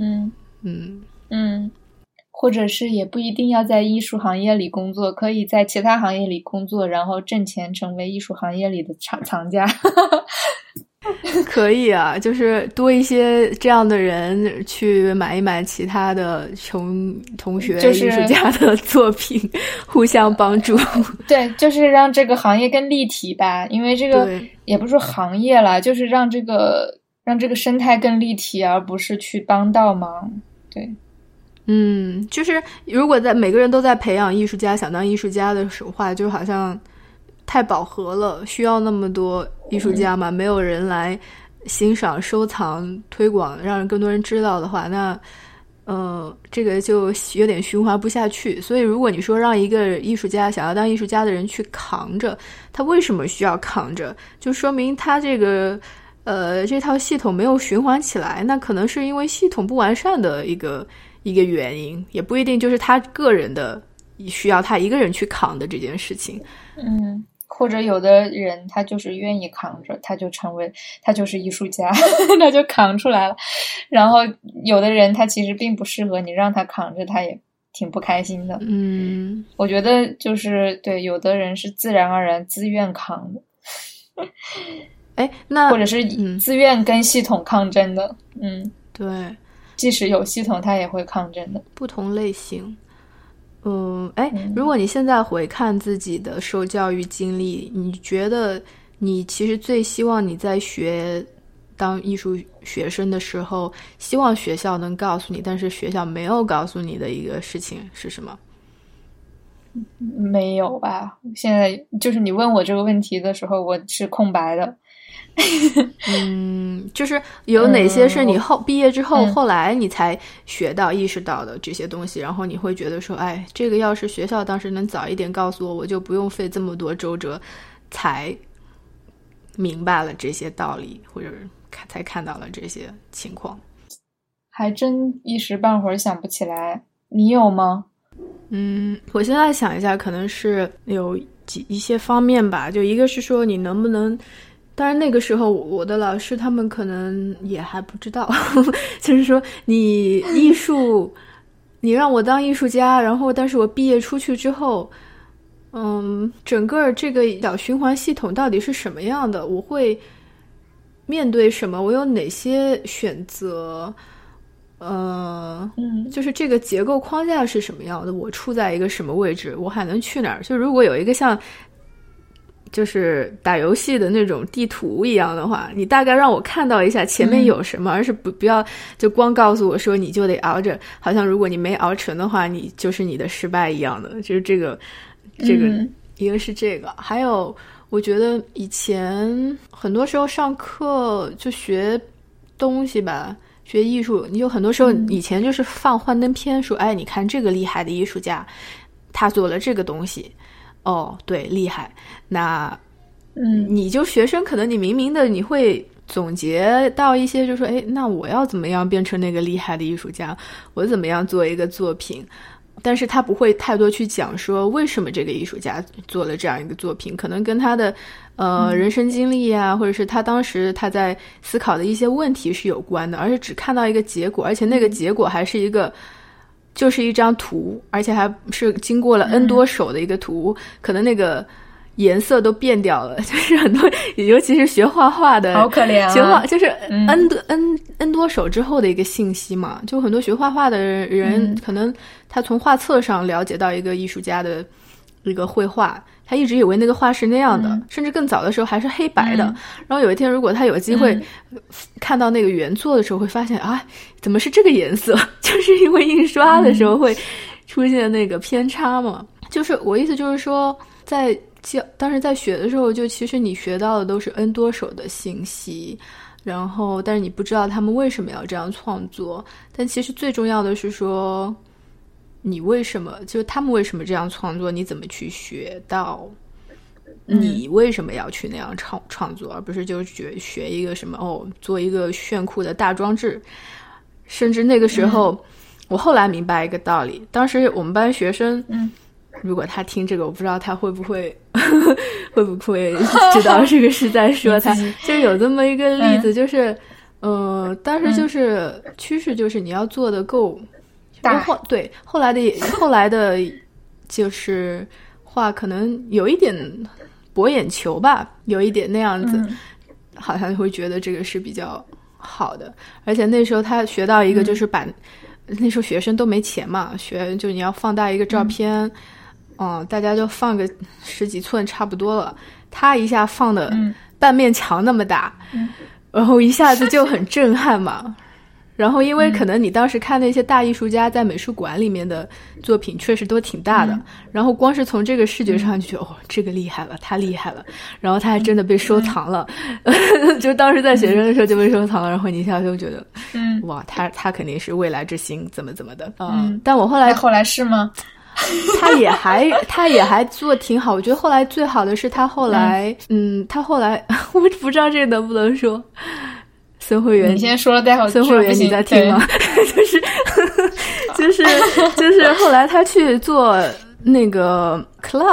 或者是也不一定要在艺术行业里工作，可以在其他行业里工作，然后挣钱成为艺术行业里的藏家。 可以啊，就是多一些这样的人去买一买其他的同学、艺术家的作品，互相帮助。 对，就是让这个行业更立体吧，因为这个也不是行业啦，就是让这个生态更立体，而不是去帮倒忙。对， 就是如果每个人都在培养艺术家，想当艺术家的话，就好像太饱和了，需要那么多艺术家嘛，没有人来欣赏、收藏、推广，让更多人知道的话，那这个就有点循环不下去。所以如果你说让一个艺术家想要当艺术家的人去扛着，他为什么需要扛着，就说明他这个这套系统没有循环起来，那可能是因为系统不完善的一个原因，也不一定就是他个人的需要他一个人去扛的这件事情。 或者有的人他就是愿意扛着，他就是艺术家他就扛出来了。然后有的人他其实并不适合，你让他扛着他也挺不开心的。我觉得就是对，有的人是自然而然自愿扛的那或者是自愿跟系统抗争的。 对， 即使有系统他也会抗争的， 不同类型。如果你现在回看自己的受教育经历，你觉得你其实最希望你在当艺术学生的时候，希望学校能告诉你，但是学校没有告诉你的一个事情是什么？ 没有吧？现在就是你问我这个问题的时候，我是空白的。 就是有哪些是你毕业之后后来你才意识到的这些东西，然后你会觉得说，这个要是学校当时能早一点告诉我，我就不用费这么多周折才明白了这些道理，或者才看到了这些情况。 还真一时半会儿想不起来，你有吗？ 我现在想一下，可能是有一些方面吧。就一个是说你能不能，当然那个时候我的老师他们可能也还不知道就是说你你让我当艺术家，然后但是我毕业出去之后，整个这个小循环系统到底是什么样的，我会面对什么，我有哪些选择，就是这个结构框架是什么样的，我处在一个什么位置，我还能去哪儿。就如果有一个像就是打游戏的那种地图一样的话，你大概让我看到一下前面有什么，而是不要就光告诉我说你就得熬着，好像如果你没熬成的话，你就是你的失败一样的。就是这个一个是这个，还有我觉得以前很多时候上课就学东西吧，学艺术，你就很多时候以前就是放幻灯片说，你看这个厉害的艺术家他做了这个东西，对，厉害。那你就学生可能你明明的你会总结到一些，就说那我要怎么样变成那个厉害的艺术家，我怎么样做一个作品，但是他不会太多去讲说为什么这个艺术家做了这样一个作品，可能跟他的人生经历啊，或者是他当时他在思考的一些问题是有关的，而是只看到一个结果，而且那个结果还是就是一张图，而且还是经过了 N 多手的一个图，可能那个颜色都变掉了，就是很多，尤其是学画画的， 好可怜啊！ 学画就是 N 多手之后的一个信息嘛，就很多学画画的人，可能他从画册上了解到一个艺术家的一个绘画，他一直以为那个画是那样的，甚至更早的时候还是黑白的。然后有一天，如果他有机会看到那个原作的时候，会发现怎么是这个颜色？就是因为印刷的时候会出现那个偏差嘛。就是我意思就是说，当时在学的时候，就其实你学到的都是 N 多手的信息，然后但是你不知道他们为什么要这样创作。但其实最重要的是说，你为什么，就是他们为什么这样创作，你怎么去学到你为什么要去那样创作，而不是就学一个什么做一个炫酷的大装置。甚至那个时候我后来明白一个道理，当时我们班学生如果他听这个，我不知道他会不会知道这个是在说他就是有这么一个例子，就是当时就是趋势就是你要做的够大，对，后来的就是画可能有一点博眼球吧，有一点那样子，好像会觉得这个是比较好的。而且那时候他学到一个就是那时候学生都没钱嘛，就你要放大一个照片，大家就放个10几寸差不多了，他一下放的半面墙那么大，然后一下子就很震撼嘛。 然后因为可能你当时看那些大艺术家在美术馆里面的作品确实都挺大的，然后光是从这个视觉上就觉得哦，这个厉害了，他厉害了，然后他还真的被收藏了，就当时在学生的时候就被收藏了，然后你一下就觉得哇，他肯定是未来之星怎么的但我后来是吗？ 他也还做挺好，我觉得后来最好的是他后来他后来我不知道这个能不能说，孙慧媛， 你先说了，待会儿孙慧媛你在听吗？就是后来他去做那个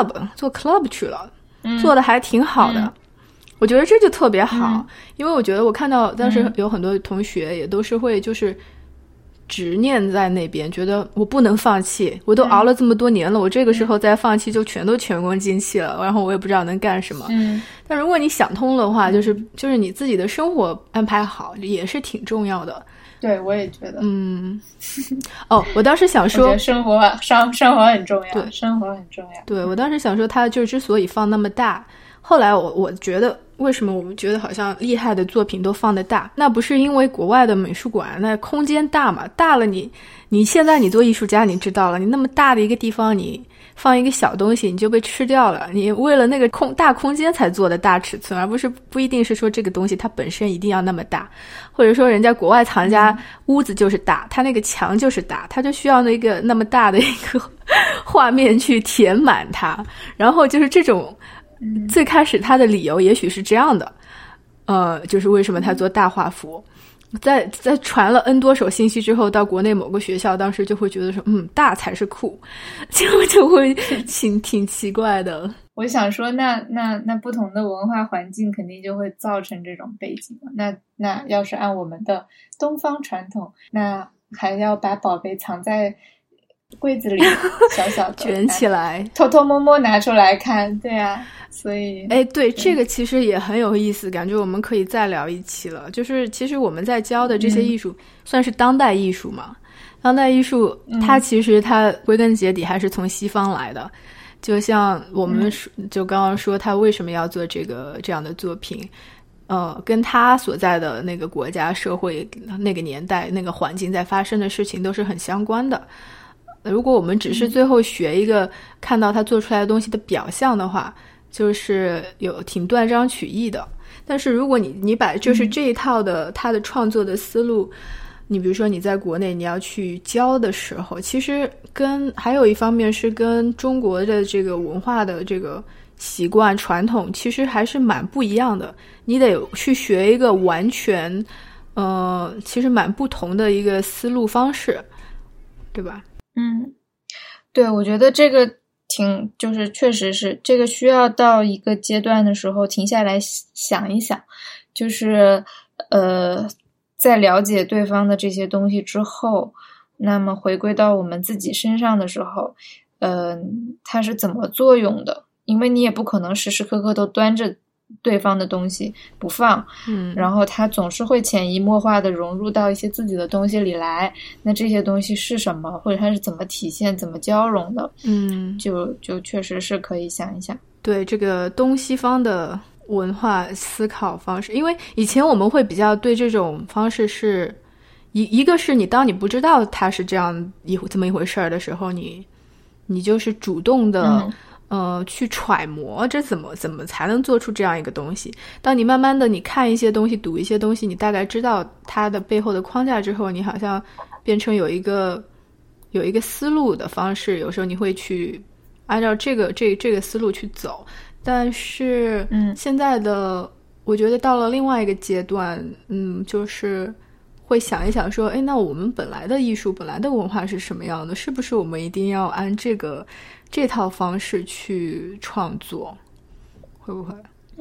club 去了，做的还挺好的。我觉得这就特别好，因为我觉得我看到当时有很多同学也都是会就是执念在那边，觉得我不能放弃，我都熬了这么多年了，我这个时候再放弃就全都前功尽弃了，然后我也不知道能干什么。但如果你想通的话，就是你自己的生活安排好也是挺重要的。 对，我也觉得。 我当时想说， 我觉得生活很重要，对，生活很重要。 对，我当时想说，它就之所以放那么大，后来我觉得。为什么我们觉得好像厉害的作品都放得大？那不是因为国外的美术馆那空间大嘛？大了你现在你做艺术家，你知道了，你那么大的一个地方，你放一个小东西，你就被吃掉了。你为了那个大空间才做的大尺寸，而不一定是说这个东西它本身一定要那么大，或者说人家国外藏家屋子就是大，他那个墙就是大，他就需要那么大的一个画面去填满它，然后就是这种。最开始他的理由也许是这样的，就是为什么他做大画幅，在传了 N 多手信息之后，到国内某个学校，当时就会觉得说，大才是酷，就会挺奇怪的。 我想说，那不同的文化环境肯定就会造成这种背景。那要是按我们的东方传统，那还要把宝贝藏在柜子里，小小的卷起来， 偷偷摸摸拿出来看，对啊。所以对，这个其实也很有意思，感觉我们可以再聊一期了。就是其实我们在教的这些艺术算是当代艺术嘛，当代艺术它其实它归根结底还是从西方来的。就像我们就刚刚说他为什么要做这样的作品，跟他所在的那个国家社会那个年代那个环境在发生的事情都是很相关的。如果我们只是最后学一个看到他做出来的东西的表象的话，就是有挺断章取义的。但是如果你把就是这一套的他的创作的思路，你比如说你在国内你要去教的时候，其实还有一方面是跟中国的这个文化的这个习惯传统其实还是蛮不一样的，你得去学一个完全其实蛮不同的一个思路方式，对吧？ 对，我觉得这个就是确实是这个需要到一个阶段的时候停下来想一想，就是在了解对方的这些东西之后，那么回归到我们自己身上的时候，它是怎么作用的？因为你也不可能时时刻刻都端着对方的东西不放，然后它总是会潜移默化的融入到一些自己的东西里来。那这些东西是什么，或者它是怎么体现、怎么交融的？就确实是可以想一想。 对，这个东西方的文化思考方式，因为以前我们会比较对这种方式是一个是你当你不知道它是这么一回事儿的时候，你就是主动的。去揣摩这怎么才能做出这样一个东西。当你慢慢的你看一些东西读一些东西，你大概知道它的背后的框架之后，你好像变成有一个思路的方式，有时候你会去按照这个思路去走。但是现在的我觉得到了另外一个阶段，就是会想一想说，那我们本来的艺术本来的文化是什么样的，是不是我们一定要按这套方式去创作，会不会？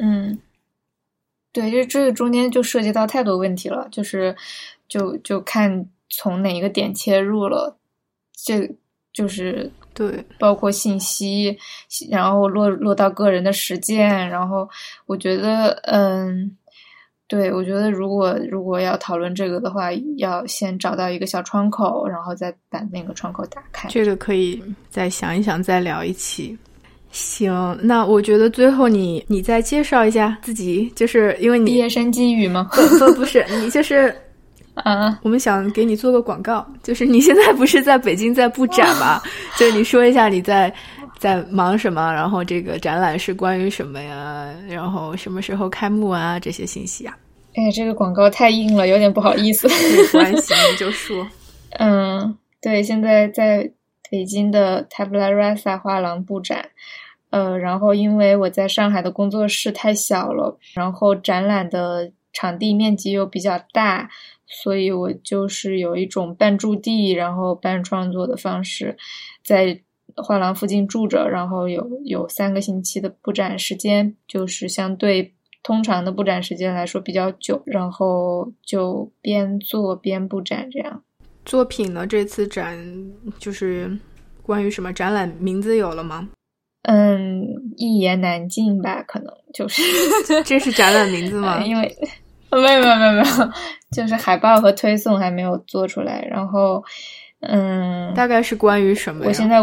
对，这个中间就涉及到太多问题了，就看从哪一个点切入了，这就是对， 包括信息，然后落到个人的实践，然后我觉得对，我觉得如果要讨论这个的话，要先找到一个小窗口，然后再把那个窗口打开。 这个可以再想一想，再聊一期。行，那我觉得最后你再介绍一下自己，就是因为你毕业生寄语吗？ 不是，你就是啊， 我们想给你做个广告，就是你现在不是在北京在布展吗？就是你说一下你在忙什么，然后这个展览是关于什么呀，然后什么时候开幕啊，这些信息啊。 哎，这个广告太硬了，有点不好意思。 没关系，你就说。 对，现在在北京的 Tabula Rasa 画廊布展。然后因为我在上海的工作室太小了，然后展览的场地面积又比较大，所以我就是有一种半驻地然后半创作的方式，在画廊附近住着，然后有3个星期的布展时间，就是相对通常的布展时间来说比较久，然后就边做边布展这样。 作品呢，这次展就是关于什么？展览名字有了吗？ 一言难尽吧，可能就是这是展览名字吗？ 因为没有，就是海报和推送还没有做出来，然后大概是关于什么呀？ 我现在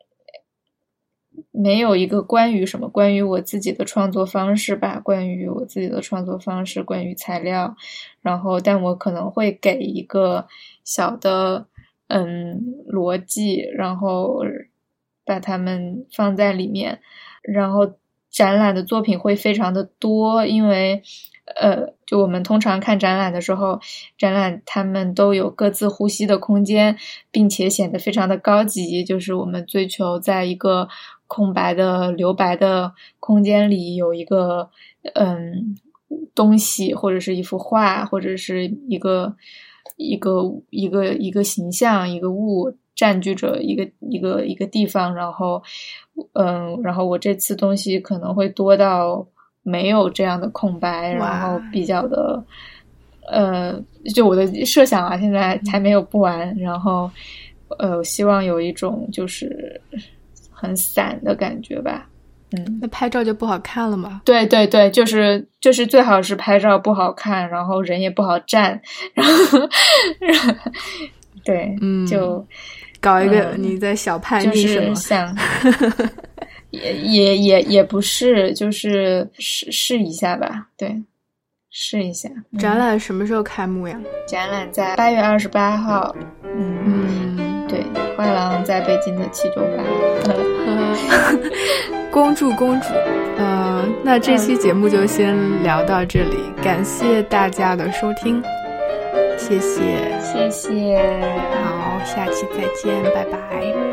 没有一个关于什么，关于我自己的创作方式吧，关于我自己的创作方式，关于材料，然后但我可能会给一个小的逻辑，然后把它们放在里面，然后展览的作品会非常的多，因为就我们通常看展览的时候，展览他们都有各自呼吸的空间，并且显得非常的高级，就是我们追求在一个空白的留白的空间里有一个东西，或者是一幅画，或者是一个形象，一个物占据着一个地方，然后我这次东西可能会多到没有这样的空白，然后比较的就我的设想啊，现在还没有布完，然后希望有一种就是很散的感觉吧。 那拍照就不好看了吗？ 对，就是最好是拍照不好看，然后人也不好站，然后对，就搞一个你在小叛逆什么？ 就是想也不是，就是试一下吧，对，试一下。 展览什么时候开幕呀？ 展览在8月28号。对，画廊在北京的798。 公主。那这期节目就先聊到这里，感谢大家的收听，谢谢。 好， 下期再见，拜拜。